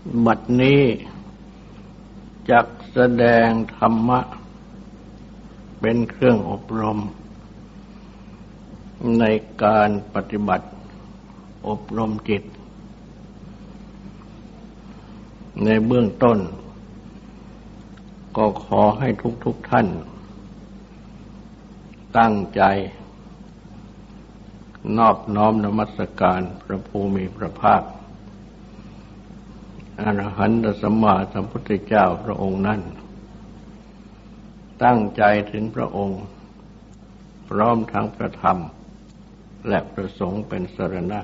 บัดนี้จักแสดงธรรมะเป็นเครื่องอบรมในการปฏิบัติอบรมจิตในเบื้องต้นก็ขอให้ทุกท่านตั้งใจนอบน้อมนมัสการพระภูมิพระภาคอรหันตสัมมาสัมพุทธเจ้าพระองค์นั้นตั้งใจถึงพระองค์พร้อมทั้งพระธรรมและพระสงฆ์เป็นสรณะ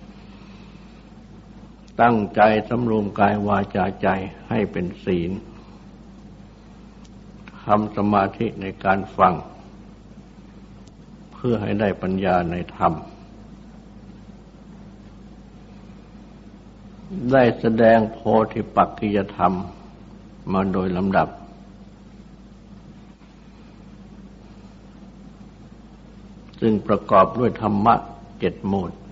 ตั้งใจสำรวมกายวาจาใจให้เป็นศีลทำสมาธิในการฟังเพื่อให้ได้ปัญญาในธรรมได้แสดงโพธิปักขิยธรรมมาโดยลำดับซึ่งประกอบด้วยธรรมะ7 หมวด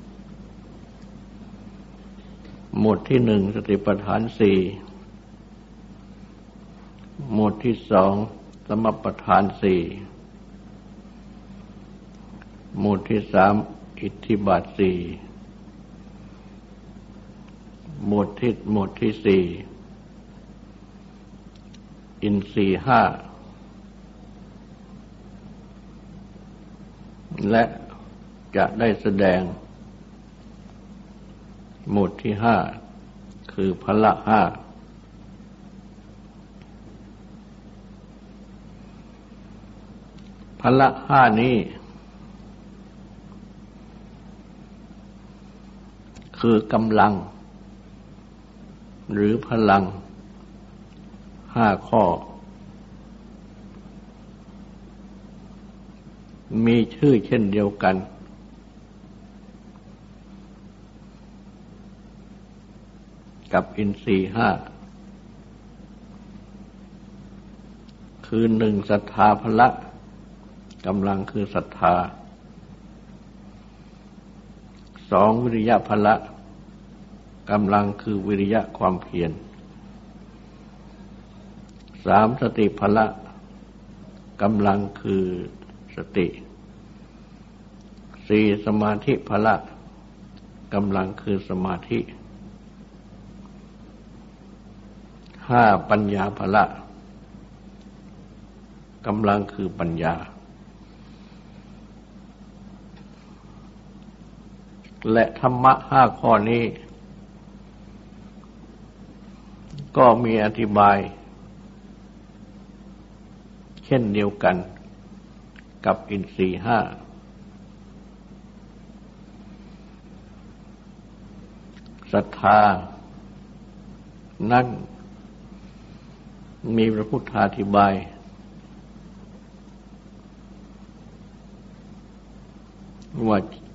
หมวดที่ 1สติปัฏฐาน 4หมวดที่ 2สมปัฏฐาน 4หมวดที่ 3อิทธิบาท 4หมวดที่ 4อินทรีย์ 5และจะได้แสดงหมวดที่ 5คือพละ 5พละ 5นี้คือกำลังหรือพลัง5 ข้อมีชื่อเช่นเดียวกันกับอินทรีย์ 5คือ 1ศรัทธาพละกำลังคือศรัทธา2วิริยะพละกำลังคือวิริยะความเพียร3สติพละกำลังคือสติ4สมาธิพละกำลังคือสมาธิ5ปัญญาพละกำลังคือปัญญาและธรรมะ5 ข้อนี้ก็มีอธิบายเช่นเดียวกันกับอินทรีย์ 5ศรัทธานั้นมีพระพุทธาธิบายว่า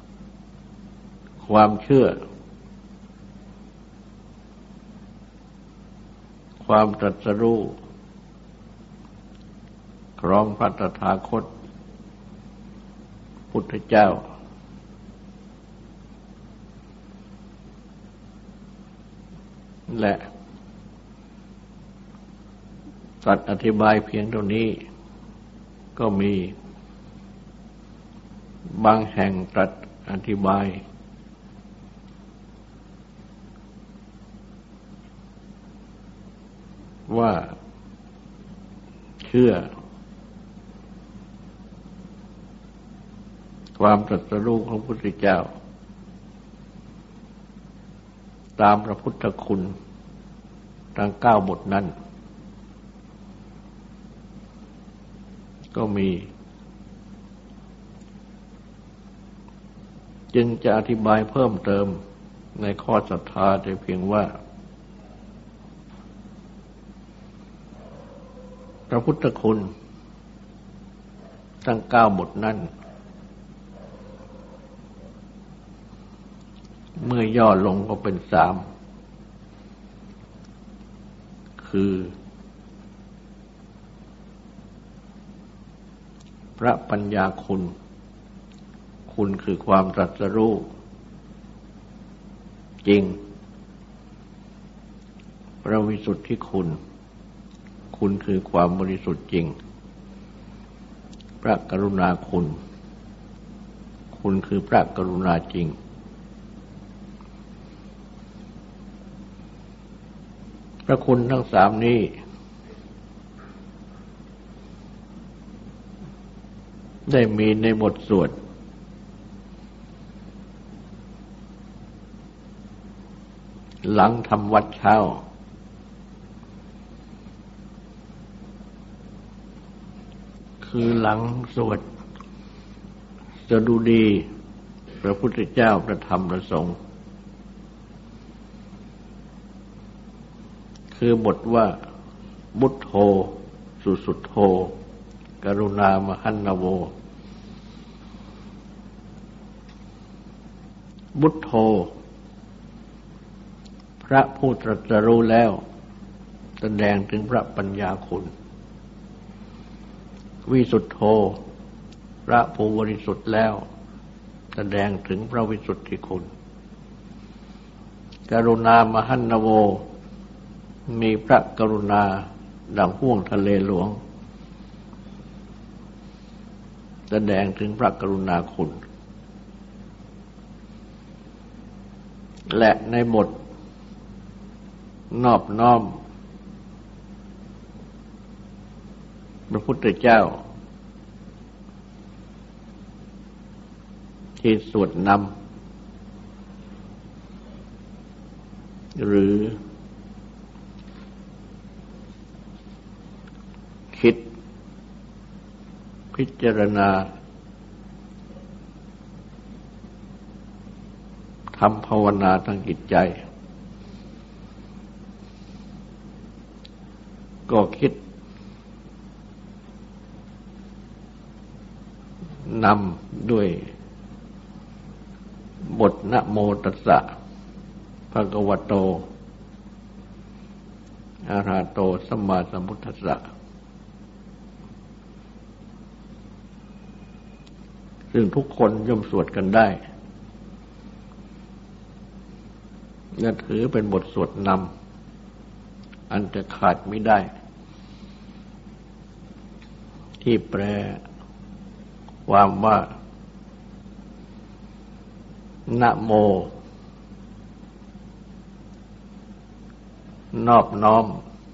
ความเชื่อความตรัสรู้ของพระตถาคตพุทธเจ้าและตรัสอธิบายเพียงเท่านี้ก็มีบางแห่งตรัสอธิบายว่าเชื่อความตรัสรู้ของพระพุทธเจ้าตามพระพุทธคุณทั้ง9 บทนั้นก็มีจึงจะอธิบายเพิ่มเติมในข้อศรัทธาแต่เพียงว่าพระพุทธคุณทั้ง9 บทนั้นเมื่อย่อลงก็เป็น3คือพระปัญญาคุณคือความตรัสรู้จริงพระวิสุทธิคุณคุณคือความบริสุทธิ์จริงพระกรุณาคุณคุณคือพระกรุณาจริงพระคุณทั้งสามนี้ได้มีในบทสวดหลังทำวัดเช้าคือหลังสวดสดุดีพระพุทธเจ้าพระธรรมพระสงฆ์คือบทว่าบุตโธสุสุทโธกรุณามหันนโวบุตโธพระผู้ตรัสรู้แล้วแสดงถึงพระปัญญาคุณวิสุทโธพระผู้บริสุทธิ์แล้วแสดงถึงพระวิสุทธิคุณกรุณามหันนโวมีพระกรุณาดังห้วงทะเลหลวงแสดงถึงพระกรุณาคุณและในบทนอบน้อมพระพุทธเจ้าที่สวดนำหรือคิดพิจารณาทำภาวนาทางจิตใจก็คิดนำด้วยบทนะโมตัสสะภะคะวะโตอะระหะโตสัมมาสัมพุทธัสสะซึ่งทุกคนย่อมสวดกันได้และถือเป็นบทสวดนำอันจะขาดไม่ได้ที่แปลความว่านะโมนอบน้อม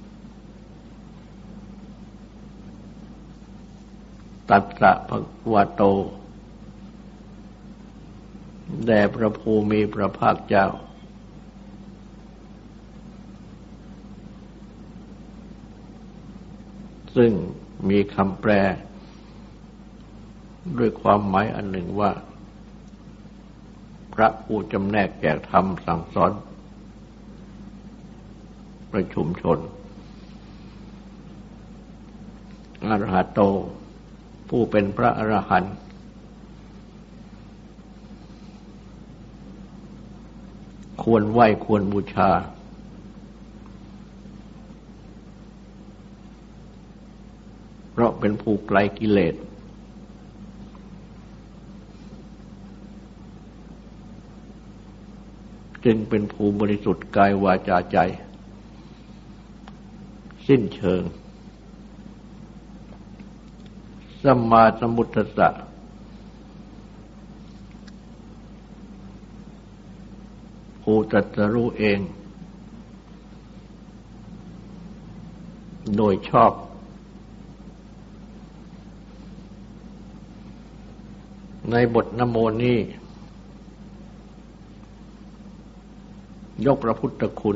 ตัสสะภะคะวะโตแด่พระภูมิพระภาคเจ้าซึ่งมีคำแปลด้วยความหมายอันหนึ่งว่าพระผู้จำแนกแจกธรรมสั่งสอนประชุมชนอรหะโตผู้เป็นพระอรหันต์ควรไหว้ควรบูชาเพราะเป็นผู้ไกลกิเลสจึงเป็นผู้บริสุทธิ์กายวาจาใจสิ้นเชิงสัมมาสัมพุทธัสสะผู้ตรัสรู้เองโดยชอบในบทนะโมนี้ยกพระพุทธคุณ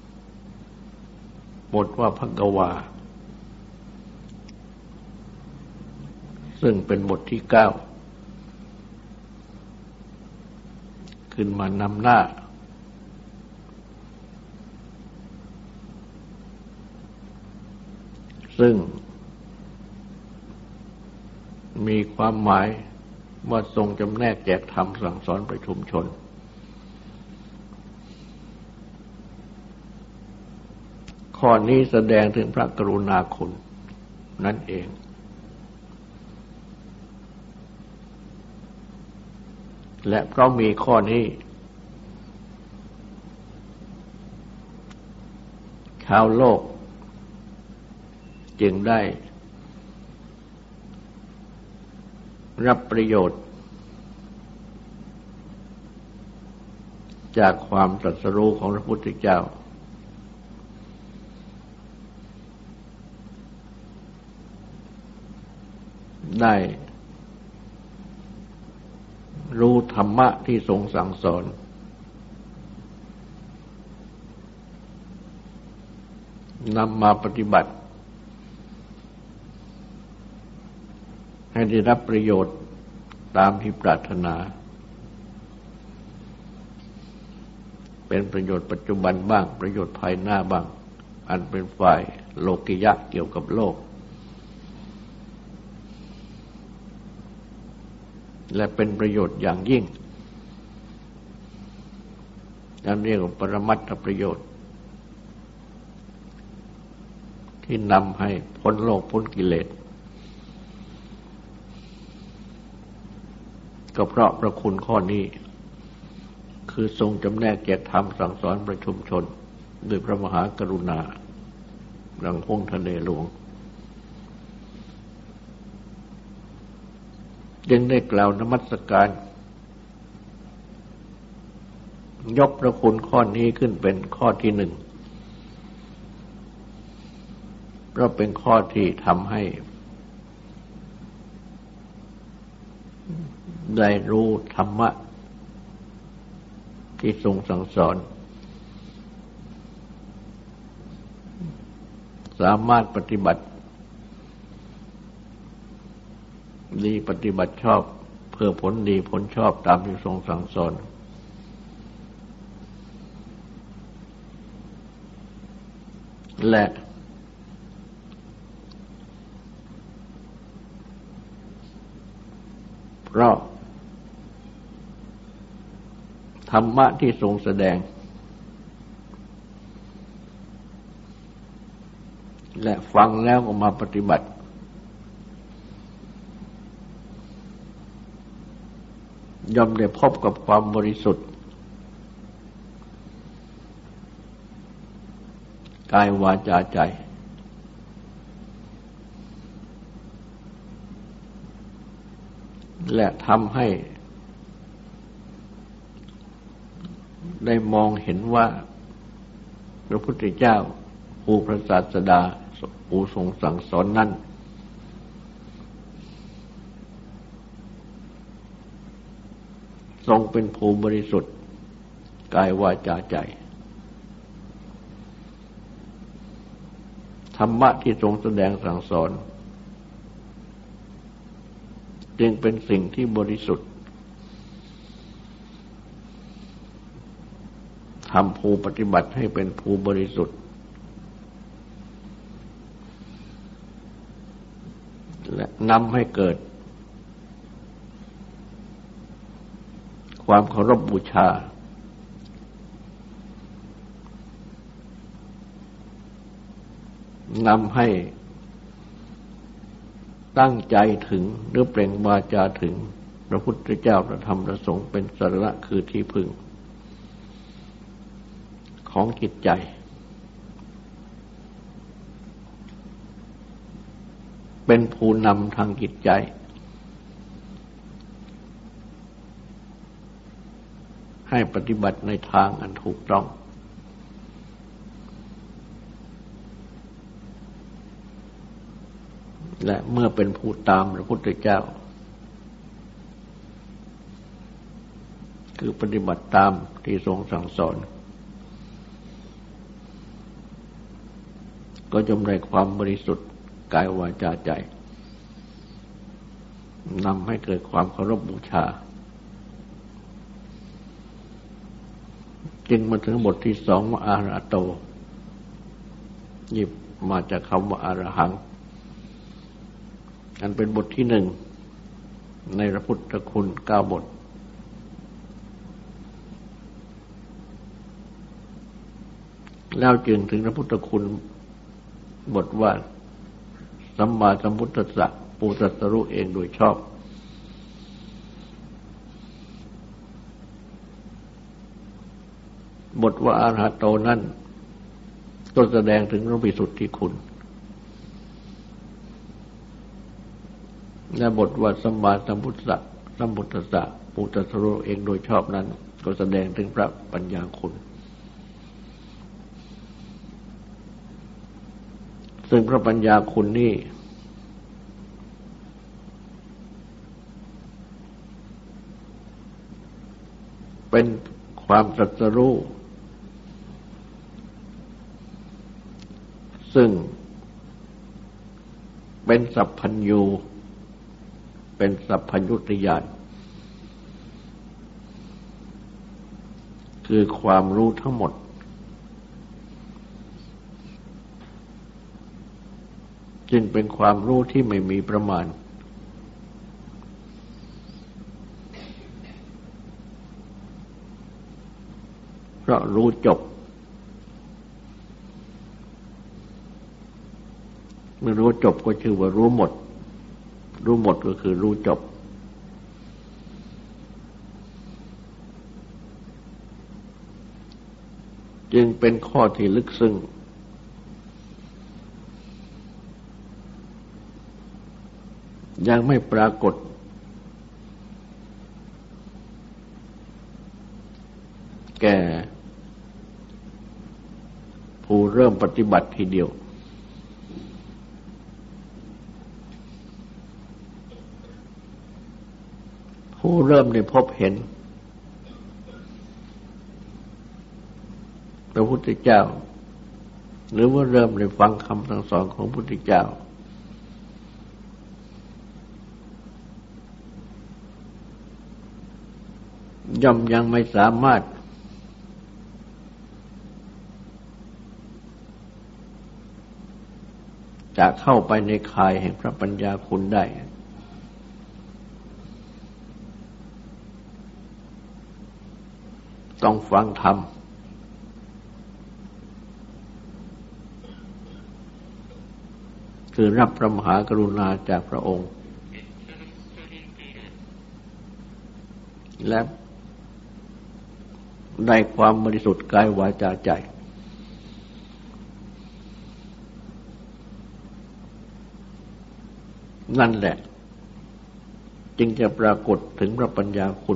บทว่าภควาซึ่งเป็นบทที่9ขึ้นมานำหน้าซึ่งมีความหมายว่าทรงจำแนกแจกธรรมสั่งสอนประชุมชนข้อนี้แสดงถึงพระกรุณาคุณนั่นเองและเพราะมีข้อนี้ชาวโลกจึงได้รับประโยชน์จากความตรัสรู้ของพระพุทธเจ้าได้รู้ธรรมะที่ทรงสั่งสอนนำมาปฏิบัติให้ได้รับประโยชน์ตามที่ปรารถนาเป็นประโยชน์ปัจจุบันบ้างประโยชน์ภายหน้าบ้างอันเป็นฝ่ายโลกิยะเกี่ยวกับโลกและเป็นประโยชน์อย่างยิ่งนั่นเรียกว่าปรมัตถประโยชน์ที่นำให้พ้นโลกพ้นกิเลสก็เพราะพระคุณข้อนี้คือทรงจำแนกแจกธรรมสั่งสอนประชุมชนด้วยพระมหากรุณาดังพงทะเลหลวงจึงได้กล่าวนมัสการยกพระคุณข้อนี้ขึ้นเป็นข้อที่หนึ่งเพราะเป็นข้อที่ทำให้ได้รู้ธรรมะที่ทรงสั่งสอนสามารถปฏิบัติดีปฏิบัติชอบเพื่อผลดีผลชอบตามที่ทรงสั่งสอนและเพราะธรรมะที่ทรงแสดงและฟังแล้วก็มาปฏิบัติย่อมได้พบกับความบริสุทธิ์กายวาจาใจและทำให้ได้มองเห็นว่าพระพุทธเจ้าผู้พระศาสดาผู้ทรงสั่งสอนนั้นทรงเป็นผู้บริสุทธิ์กายวาจาใจธรรมะที่ทรงแสดงสั่งสอนจึงเป็นสิ่งที่บริสุทธิ์ทำผู้ปฏิบัติให้เป็นผู้บริสุทธิ์และนำให้เกิดความเคารพบูชานำให้ตั้งใจถึงหรือเปล่งวาจาถึงพระพุทธเจ้าพระธรรมพระสงฆ์เป็นสรณะคือที่พึ่งของจิตใจเป็นผู้นำทางจิตใจให้ปฏิบัติในทางอันถูกต้องและเมื่อเป็นผู้ตามพระพุทธเจ้าคือปฏิบัติตามที่ทรงสั่งสอนก็ย่อมได้ความบริสุทธิ์กายวาจาใจนำให้เกิดความเคารพบูชาจึงมาถึงบทที่สองว่าอาระโตหยิบมาจากคำว่าอรหังอันเป็นบทที่หนึ่งในพระพุทธคุณ9 บทแล้วจึงถึงพระพุทธคุณบทว่าสัมมาสัมพุทธัสสะผู้ตรัสรู้เองโดยชอบบทว่าอรหัตโตนั้นก็แสดงถึงพระวิสุทธิคุณในบทว่าสัมมาสัมพุทธัสสะผู้ตรัสรู้เองโดยชอบนั้นก็แสดงถึงพระปัญญาคุณซึ่งพระปัญญาคุณนี้เป็นความตรัสรู้ซึ่งเป็นสัพพัญญูเป็นสัพพัญญุตญาณคือความรู้ทั้งหมดจึงเป็นความรู้ที่ไม่มีประมาณเพราะรู้จบเมื่อรู้จบก็ชื่อว่ารู้หมดรู้หมดก็คือรู้จบจึงเป็นข้อที่ลึกซึ้งยังไม่ปรากฏแก่ผู้เริ่มปฏิบัติทีเดียวผู้เริ่มได้พบเห็นพระพุทธเจ้าหรือว่าเริ่มได้ฟังคำสั่งสอนของพระพุทธเจ้าย่อมยังไม่สามารถจะเข้าไปในข่ายแห่งพระปัญญาคุณได้ต้องฟังธรรมคือรับพระมหากรุณาจากพระองค์และได้ความบริสุทธิ์กายวาจาใจนั่นแหละจึงจะปรากฏถึงพระปัญญาคุณ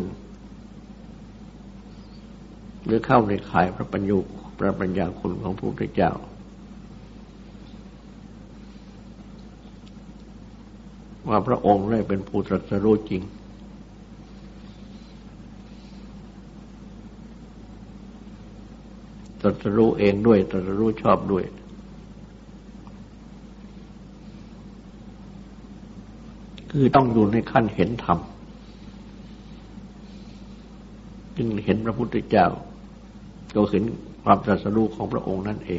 หรือเข้าในข่ายพระปัญญาคุณของพระพุทธเจ้าว่าพระองค์ได้เป็นผู้ตรัสรู้จริงตรัสรู้เองด้วยตรัสรู้ชอบด้วยคือต้องอยู่ในขั้นเห็นธรรมจึงเห็นพระพุทธเจ้าก็เห็นความตรัสรู้ของพระองค์นั่นเอง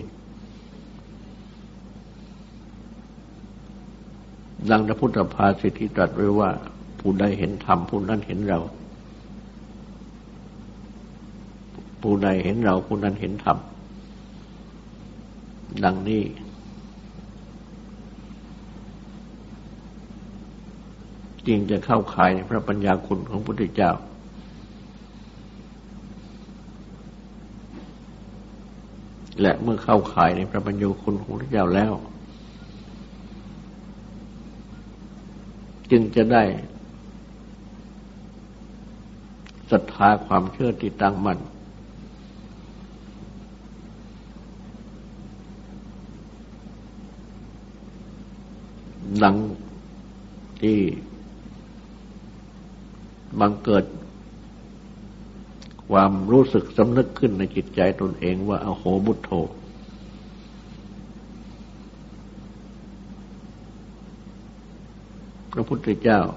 ดังพระพุทธภาษิตที่ตรัสไว้ว่าผู้ใดเห็นธรรมผู้นั้นเห็นเราผู้ใดเห็นเราผู้นั้นเห็นธรรมดังนี้จึงจะเข้าข่ายในพระปัญญาคุณของพระพุทธเจ้าและเมื่อเข้าข่ายในพระปัญญาคุณของพระพุทธเจ้าแล้วจึงจะได้ศรัทธาความเชื่อที่ตั้งมั่นดังที่บังเกิดความรู้สึกสำนึกขึ้นในจิตใจตนเองว่าอโหบุตโธพระพุทธเจ้า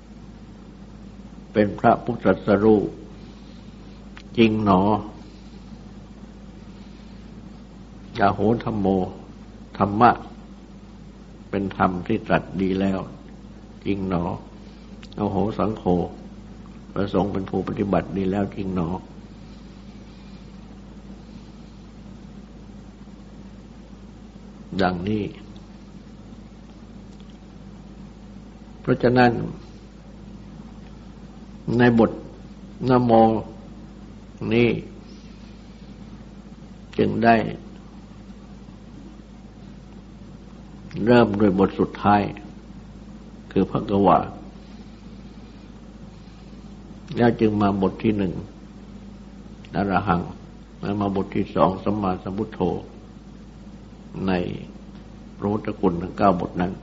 เป็นพระผู้ตรัสรู้จริงหนออโหธัมโมธรรมะเป็นธรรมที่ตรัสดีแล้วจริงหนออโหสังโฆประสงค์เป็นผู้ปฏิบัติดีแล้วจริงหนอดังนี้เพราะฉะนั้นในบทนะโมนี้จึงได้เริ่มด้วยบทสุดท้ายคือภควาแล้วจึงมาบทที่หนึ่งอรหังแล้วมาบทที่สองสัมมาสัมพุทโธในพระพุทธคุณทั้ง9 บทนั้น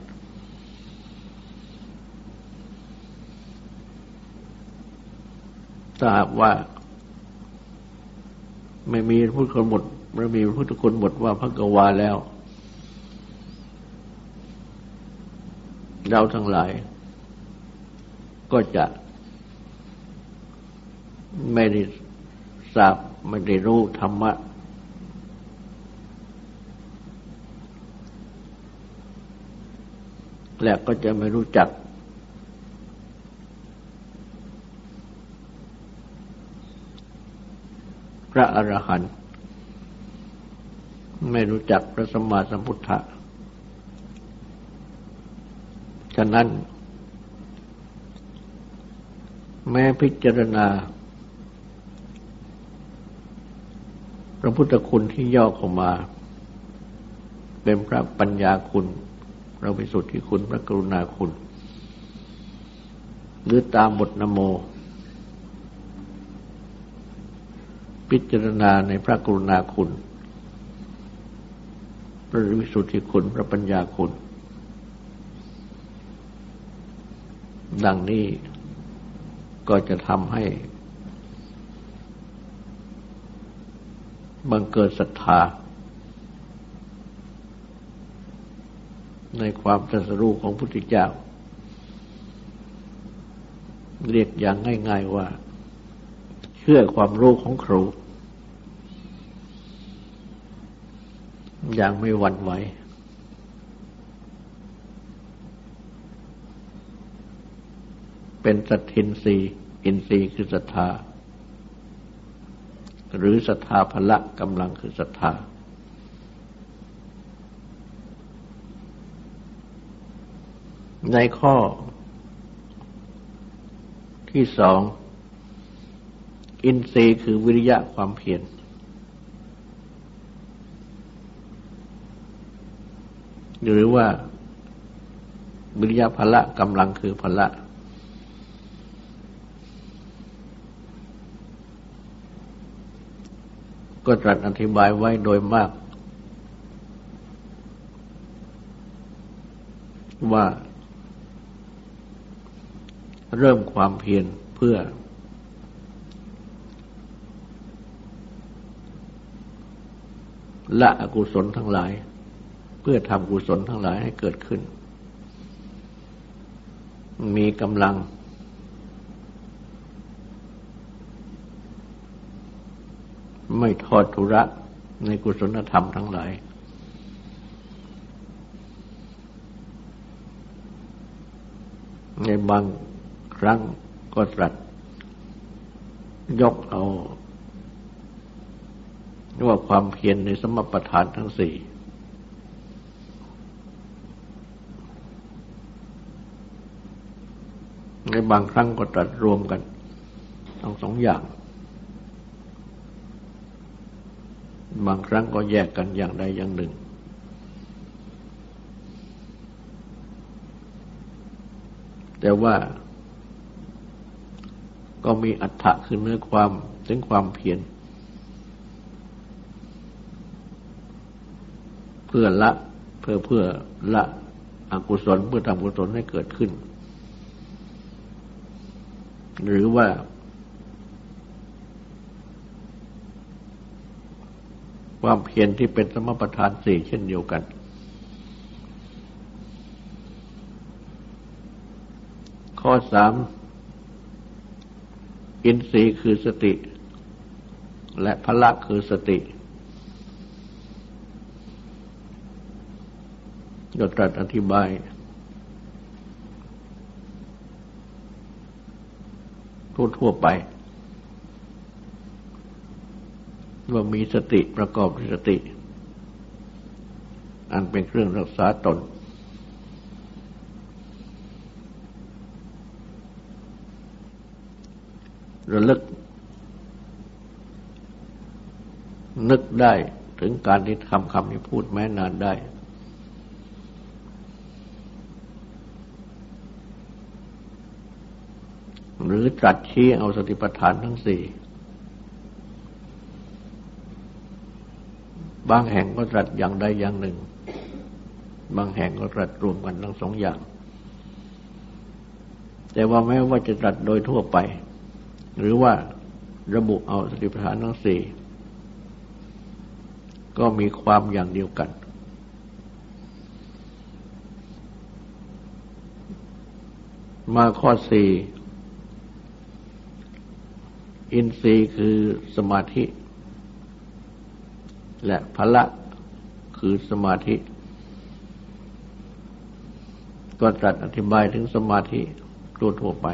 ถ้าหากว่าไม่มีพุทธคุณบทไม่มีพุทธคุณบทว่าภควาแล้วเราทั้งหลายก็จะไม่ได้ทราบไม่ได้รู้ธรรมะและก็จะไม่รู้จักพระอรหันต์ไม่รู้จักพระสัมมาสัมพุทธะฉะนั้นแม้พิจารณาพระพุทธคุณที่ย่อเข้ามาเป็นพระปัญญาคุณพระวิสุทธิคุณพระกรุณาคุณหรือตามบทนะโมพิจารณาในพระกรุณาคุณพระวิสุทธิคุณพระปัญญาคุณดังนี้ก็จะทำให้บังเกิดศรัทธาในความตรัสรู้ของพระพุทธเจ้าเรียกอย่างง่ายๆว่าเชื่อความรู้ของครูอย่างไม่หวั่นไหวเป็นสัทธินทรีย์อินทรีย์คือศรัทธาหรือศรัทธาพละกำลังคือศรัทธาในข้อที่สองอินทรีย์คือวิริยะความเพียรหรือว่าวิริยะพละกำลังคือพละก็ตรัสอธิบายไว้โดยมากว่าเริ่มความเพียรเพื่อละอกุศลทั้งหลายเพื่อทำกุศลทั้งหลายให้เกิดขึ้นมีกำลังไม่ทอดทุระในกุศลธรรมทั้งหลายในบางครั้งก็ตรัสยกเอาว่าความเพียรในสมปัฏฐานทั้ง4ในบางครั้งก็ตรัสรวมกันทั้ง2 อย่างบางครั้งก็แยกกันอย่างใดอย่างหนึ่งแต่ว่าก็มีอรรถะคือเนื้อความถึงความเพียรเพื่อละอกุศลเพื่อทำกุศลให้เกิดขึ้นหรือว่าความเพียรที่เป็นสมปัฏฐาน4เช่นเดียวกันข้อ3อินทรีย์คือสติและพละคือสติยกตรัสอธิบายทั่วไปว่ามีสติประกอบด้วยสติอันเป็นเครื่องรักษาตนระลึกนึกได้ถึงการที่คำนี้พูดแม้นานได้หรือตรัสชี้เอาสติปัฏฐานทั้งสี่บางแห่งก็ตรัสอย่างใดอย่างหนึ่งบางแห่งก็ตรัสรวมกันทั้งสองอย่างแต่ว่าแม้ว่าจะตรัสโดยทั่วไปหรือว่าระบุเอาสติปัฏฐานทั้งสี่ก็มีความอย่างเดียวกันมาข้อสี่อินทรีย์คือสมาธิและพละคือสมาธิก็ตรัสอธิบายถึงสมาธิทั่วไป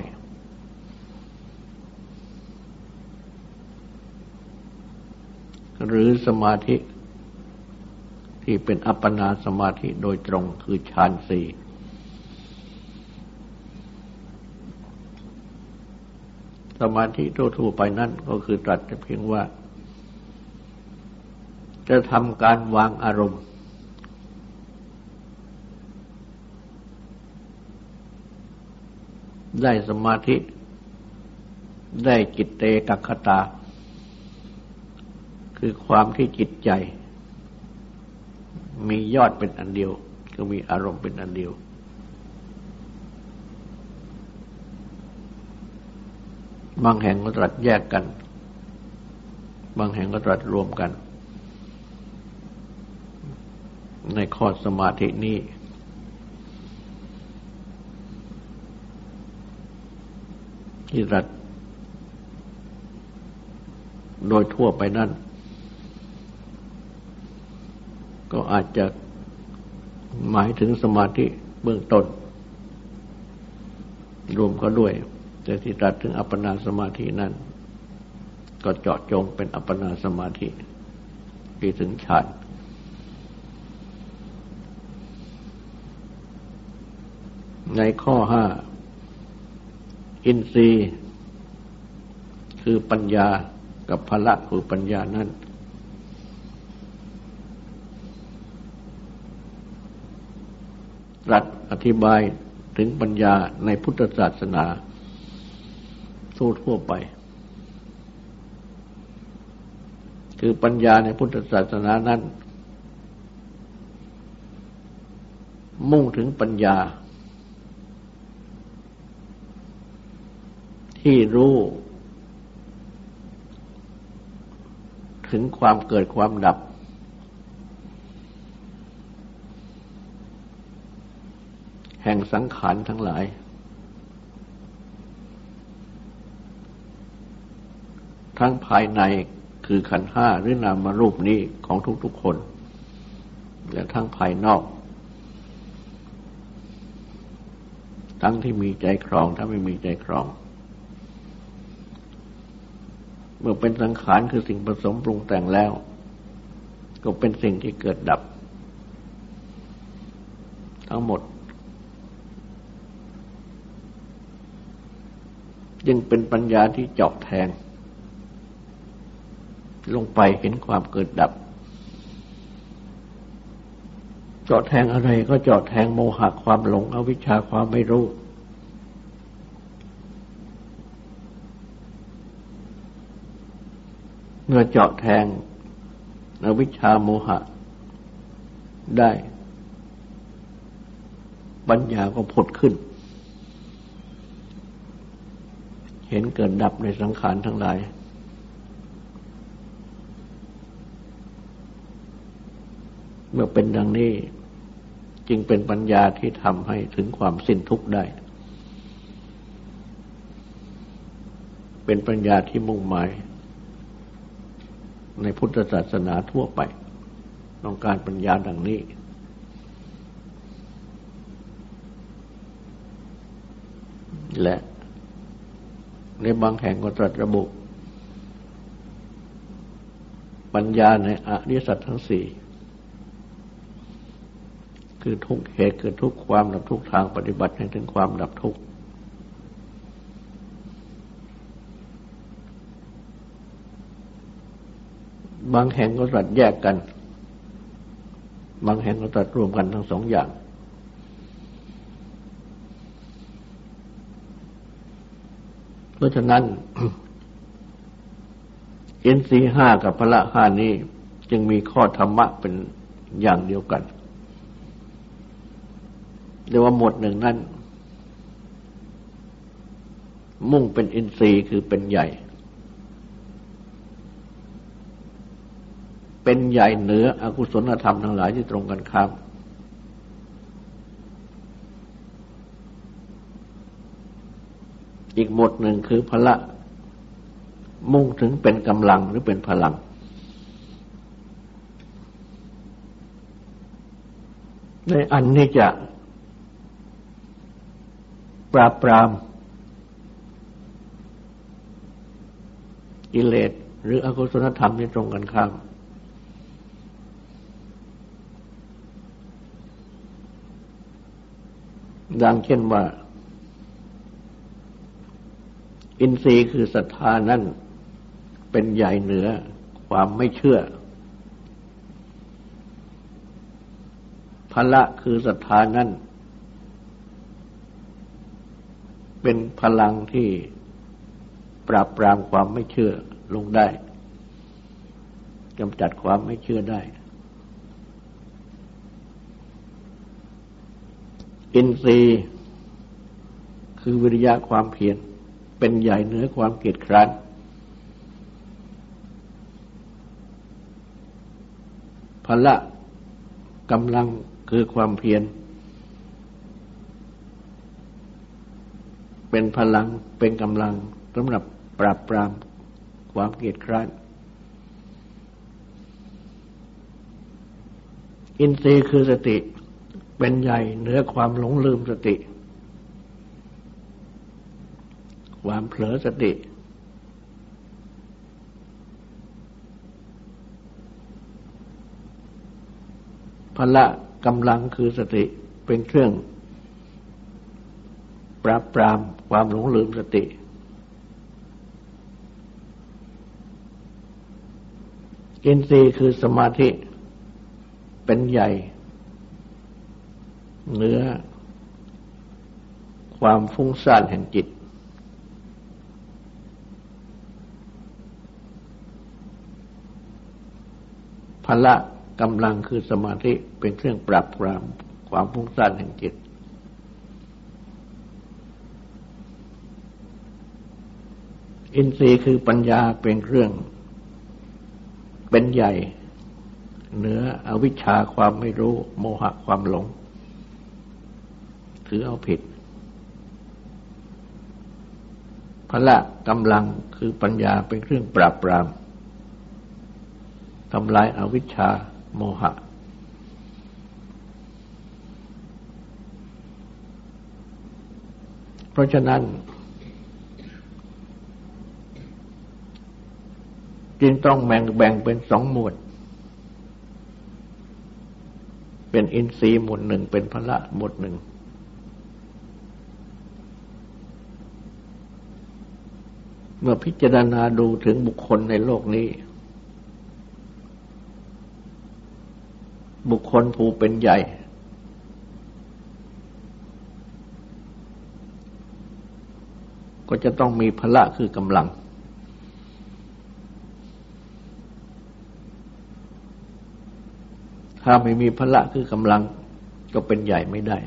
หรือสมาธิที่เป็นอัปปนาสมาธิโดยตรงคือฌานสี่สมาธิทั่วไปนั่นก็คือตรัสเพียงว่าจะทำการวางอารมณ์ได้สมาธิได้จิตเตกัคคตาคือความที่จิตใจมียอดเป็นอันเดียวก็มีอารมณ์เป็นอันเดียวบางแห่งก็ตรัสแยกกันบางแห่งก็ตรัสรวมกันในข้อสมาธินี้ที่ตรัสโดยทั่วไปนั่นก็อาจจะหมายถึงสมาธิเบื้องต้นรวมก็ด้วยแต่ที่ตรัสถึงอัปปนาสมาธินั้นก็เจาะจงเป็นอัปปนาสมาธิที่ถึงฌานในข้อห้าอินทรีย์คือปัญญากับพละคือปัญญานั้นตรัสอธิบายถึงปัญญาในพุทธศาสนาทั่วไปคือปัญญาในพุทธศาสนานั้นมุ่งถึงปัญญาที่รู้ถึงความเกิดความดับแห่งสังขารทั้งหลายทั้งภายในคือขันธ์ห้าหรือนามรูปนี้ของทุกๆคนและทั้งภายนอกทั้งที่มีใจครองทั้งไม่มีใจครองเมื่อเป็นสังขารคือสิ่งผสมปรุงแต่งแล้วก็เป็นสิ่งที่เกิดดับทั้งหมดยังเป็นปัญญาที่เจาะแทงลงไปเห็นความเกิดดับเจาะแทงอะไรก็เจาะแทงโมหะความหลงอวิชชาความไม่รู้เมื่อเจาะแทงอวิชชาโมหะได้ปัญญาก็ผุดขึ้นเห็นเกิดดับในสังขารทั้งหลายเมื่อเป็นดังนี้จึงเป็นปัญญาที่ทำให้ถึงความสิ้นทุกข์ได้เป็นปัญญาที่มุ่งหมายในพุทธศาสนาทั่วไปต้องการปัญญาดังนี้และในบางแห่งก็ตรัสระบุปัญญาในอริยสัจทั้งสี่คือทุกเหตุคือทุกความดับทุกทางปฏิบัติให้ถึงความดับทุกข์บางแห่งก็ตรัสแยกกันบางแห่งก็ตรัสรวมกันทั้งสองอย่างเพราะฉะนั้น อินทรีย์ห้ากับพละห้านี้จึงมีข้อธรรมะเป็นอย่างเดียวกันเรียกว่าหมวดหนึ่งนั้นมุ่งเป็นอินทรีย์คือเป็นใหญ่เป็นใหญ่เหนืออกุศลธรรมทั้งหลายที่ตรงกันข้ามอีกหมวดหนึ่งคือพละมุ่งถึงเป็นกำลังหรือเป็นพลังในอันนี้จะปราบปรามกิเลสหรืออกุศลธรรมที่ตรงกันข้ามดังเช่นว่าอินทรีย์คือศรัทธานั้นเป็นใหญ่เหนือความไม่เชื่อพละคือศรัทธานั้นเป็นพลังที่ปราบปรามความไม่เชื่อลงได้กำจัดความไม่เชื่อได้อินทรีย์คือวิริยะความเพียรเป็นใหญ่เหนือความเกียจคร้านพละกำลังคือความเพียรเป็นพลังเป็นกำลังสำหรับปราบปรามความเกียจคร้านอินทรีย์คือสติเป็นใหญ่เหนือความหลงลืมสติความเผลอสติพละกำลังคือสติเป็นเครื่องปราบปรามความหลงลืมสติอินทรีย์คือสมาธิเป็นใหญ่เหนือความฟุ้งซ่านแห่งจิตพละกำลังคือสมาธิเป็นเครื่องปราบปรามความฟุ้งซ่านแห่งจิตอินทรีย์คือปัญญาเป็นเครื่องเป็นใหญ่เหนืออวิชชาความไม่รู้โมหะความหลงถือเอาผิดพละกำลังคือปัญญาเป็นเครื่องปราบปรามทำลายอวิชชาโมหะเพราะฉะนั้นจึงต้องแบ่งเป็นสองหมวดเป็นอินทรีย์หมวดหนึ่งเป็นพละหมวดหนึ่งเมื่อพิจารณาดูถึงบุคคลในโลกนี้บุคคลผู้เป็นใหญ่ก็จะต้องมีพละคือกำลังถ้าไม่มีพละคือกำลังก็เป็นใหญ่ไม่ได้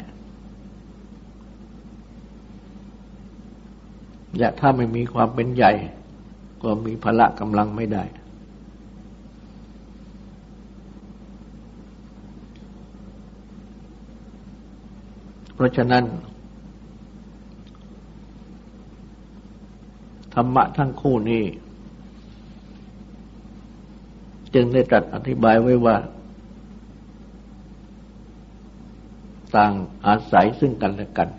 และถ้าไม่มีความเป็นใหญ่ก็มีพละกำลังไม่ได้เพราะฉะนั้นธรรมะทั้งคู่นี้จึงได้ตรัสอธิบายไว้ว่าต่างอาศัยซึ่งกันและกัน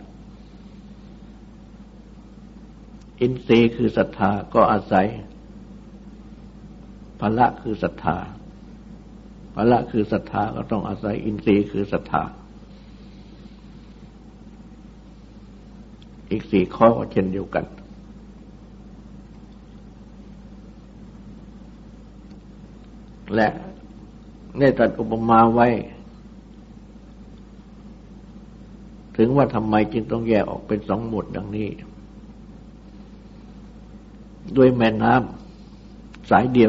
อินทรีย์คือศรัทธาก็อาศัยพละคือศรัทธาพละคือศรัทธาก็ต้องอาศัยอินทรีย์คือศรัทธาอีกสี่ข้อก็เช่นเดียวกันและได้ตรัสอุปมาไว้ถึงว่าทำไมจึงต้องแยกออกเป็นสองหมวดดังนี้ด้วยแม่น้ำสายเดียว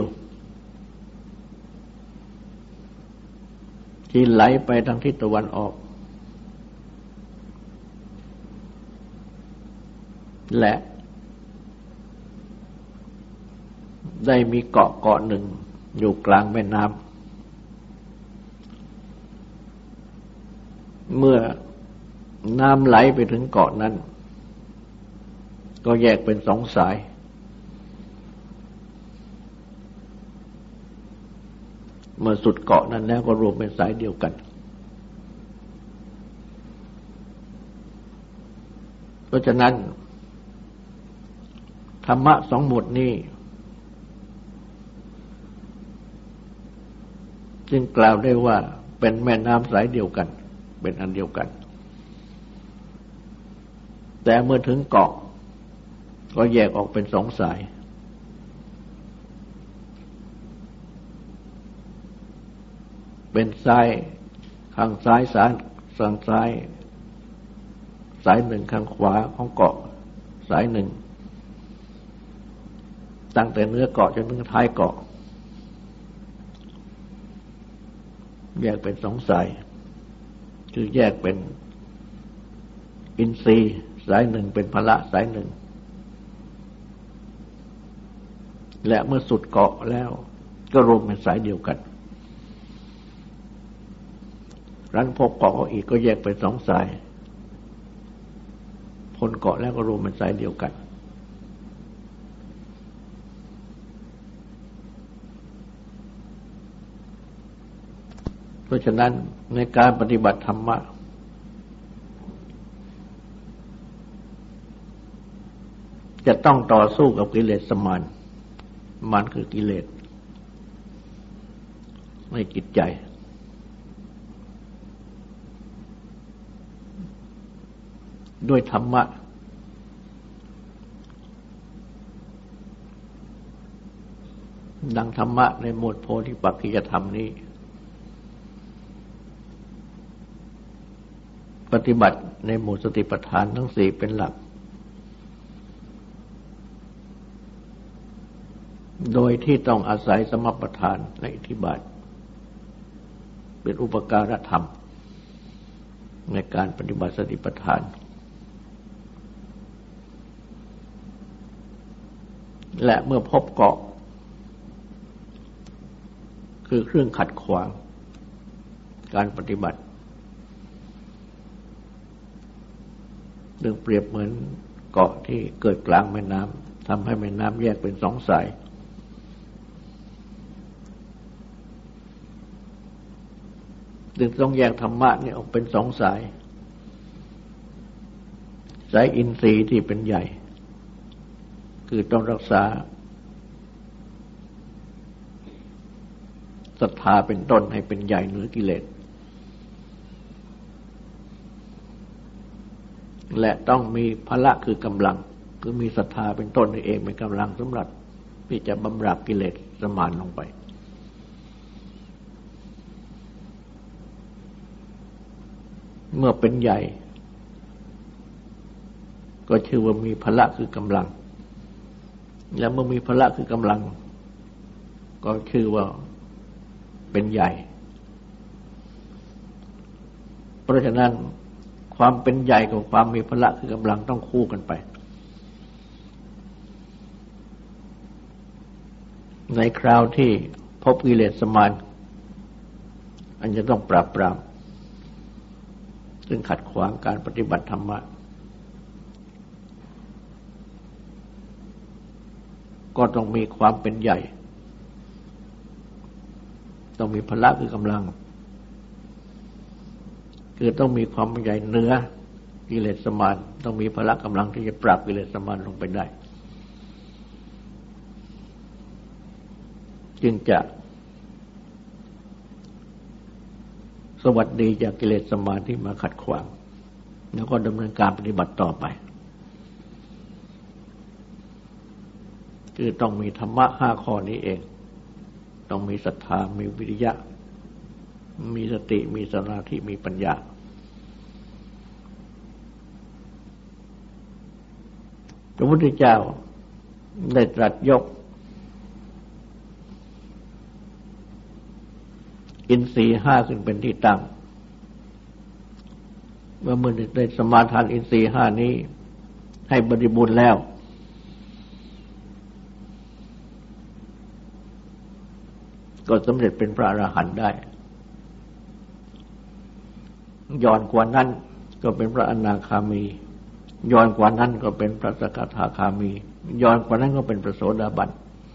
ที่ไหลไปทางทิศตะวันออกและได้มีเกาะหนึ่งอยู่กลางแม่น้ำเมื่อน้ำไหลไปถึงเกาะนั้นก็แยกเป็นสองสายเมื่อสุดเกาะนั้นแล้วก็รวมเป็นสายเดียวกันเพราะฉะนั้นธรรมะสองหมวดนี้จึงกล่าวได้ว่าเป็นแม่น้ำสายเดียวกันเป็นอันเดียวกันแต่เมื่อถึงเกาะก็แยกออกเป็นสองสายเป็นซ้ายข้างซ้ายข้างซ้ายสายหนึ่งข้างขวาของเกาะสายหนึ่งตั้งแต่เนื้อเกาะจนถึงท้ายเกาะแยกเป็นสองสายคือแยกเป็นอินทรีย์สายหนึ่งเป็นพละสายหนึ่งและเมื่อสุดเกาะแล้วก็รวมเป็นสายเดียวกันรันพกเกาะอีกก็แยกเป็นสองสายพ้นเกาะแล้วก็รวมเป็นสายเดียวกันเพราะฉะนั้นในการปฏิบัติธรรมะจะต้องต่อสู้กับกิเลสมารมารคือกิเลสในจิตใจด้วยธรรมะดังธรรมะในหมวดโพธิปักขิยธรรมนี้ปฏิบัติในหมู่สติปัฏฐานทั้งสี่เป็นหลักโดยที่ต้องอาศัยสมปัฏฐานและอิทธิบาทเป็นอุปการธรรมในการปฏิบัติสติปัฏฐานและเมื่อพบเกาะคือเครื่องขัดขวางการปฏิบัติซึ่งเปรียบเหมือนเกาะที่เกิดกลางแม่น้ำทำให้แม่น้ำแยกเป็นสองสายจึงต้องแยกธรรมะนี่ออกเป็นสองสายสายอินทรีย์ที่เป็นใหญ่คือต้องรักษาศรัทธาเป็นต้นให้เป็นใหญ่เหนือกิเลสและต้องมีพละคือกำลังคือมีศรัทธาเป็นต้นเองเป็นกำลังสำหรับที่จะบำราบกิเลสสมานลงไปเมื่อเป็นใหญ่ก็ชื่อว่ามีพละคือกำลังและเมื่อมีพละคือกำลังก็ชื่อว่าเป็นใหญ่เพราะฉะนั้นความเป็นใหญ่กับความมีพละคือกำลังต้องคู่กันไปในคราวที่พบกิเลสสมานอันจะต้องปราบปรามซึ่งขัดขวางการปฏิบัติธรรมะก็ต้องมีความเป็นใหญ่ต้องมีพละคือกำลังคือต้องมีความใหญ่เหนือกิเลสสมานต้องมีพละกำลังที่จะปราบกิเลสสมานลงไปได้จึงจะสวัสดีจากกิเลสสมานที่มาขัดขวางแล้วก็ดำเนินการปฏิบัติต่อไปคือต้องมีธรรมะห้าข้อนี้เองต้องมีศรัทธามีวิริยะมีสติมีสมาธิมีปัญญาพระพุทธเจ้าได้ตรัสยกอินทรีย์ห้าขึ้นเป็นที่ตั้งเมื่อมือได้สมาทานอินทรีย์ห้านี้ให้บริบูรณ์แล้วก็สำเร็จเป็นพระอรหันต์ได้ย้อนกว่านั้นก็เป็นพระอนาคามีย้อนกว่านั้นก็เป็นพระสกทาคามีย้อนกว่านั้นก็เป็นพระโสดาบัน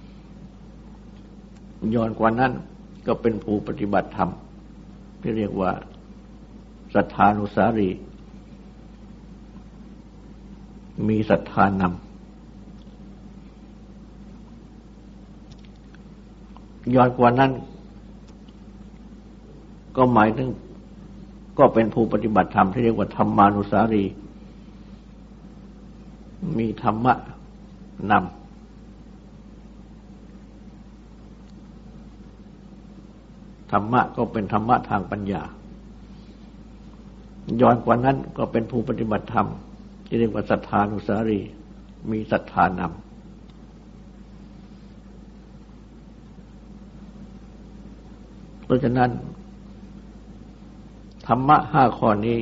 ย้อนกว่านั้นก็เป็นผู้ปฏิบัติธรรมที่เรียกว่าสัทธานุสารีมีศรัทธานำย้อนกว่านั้นก็หมายถึงก็เป็นผู้ปฏิบัติธรรมที่เรียกว่าธรรมานุสารีมีธรรมะนำธรรมะก็เป็นธรรมะทางปัญญาย้อนกว่านั้นก็เป็นผู้ปฏิบัติธรรมที่เรียกว่าศรัทธานุสารีมีศรัทธานำเพราะฉะนั้นธรรมะห้าข้อนี้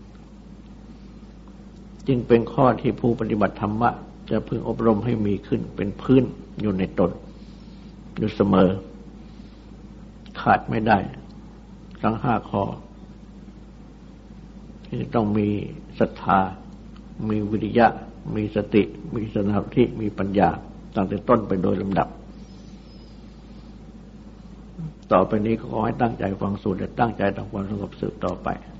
จึงเป็นข้อที่ผู้ปฏิบัติธรรมะจะพึงอบรมให้มีขึ้นเป็นพื้นอยู่ในตนอยู่เสมอขาดไม่ได้ทั้งห้าข้อที่ต้องมีศรัทธามีวิริยะมีสติมีสมาธิมีปัญญาตั้งแต่ต้นไปโดยลำดับต่อไปนี้ก็ขอให้ตั้งใจฟังสูตรและตั้งใจทำความสงบสืบต่อไป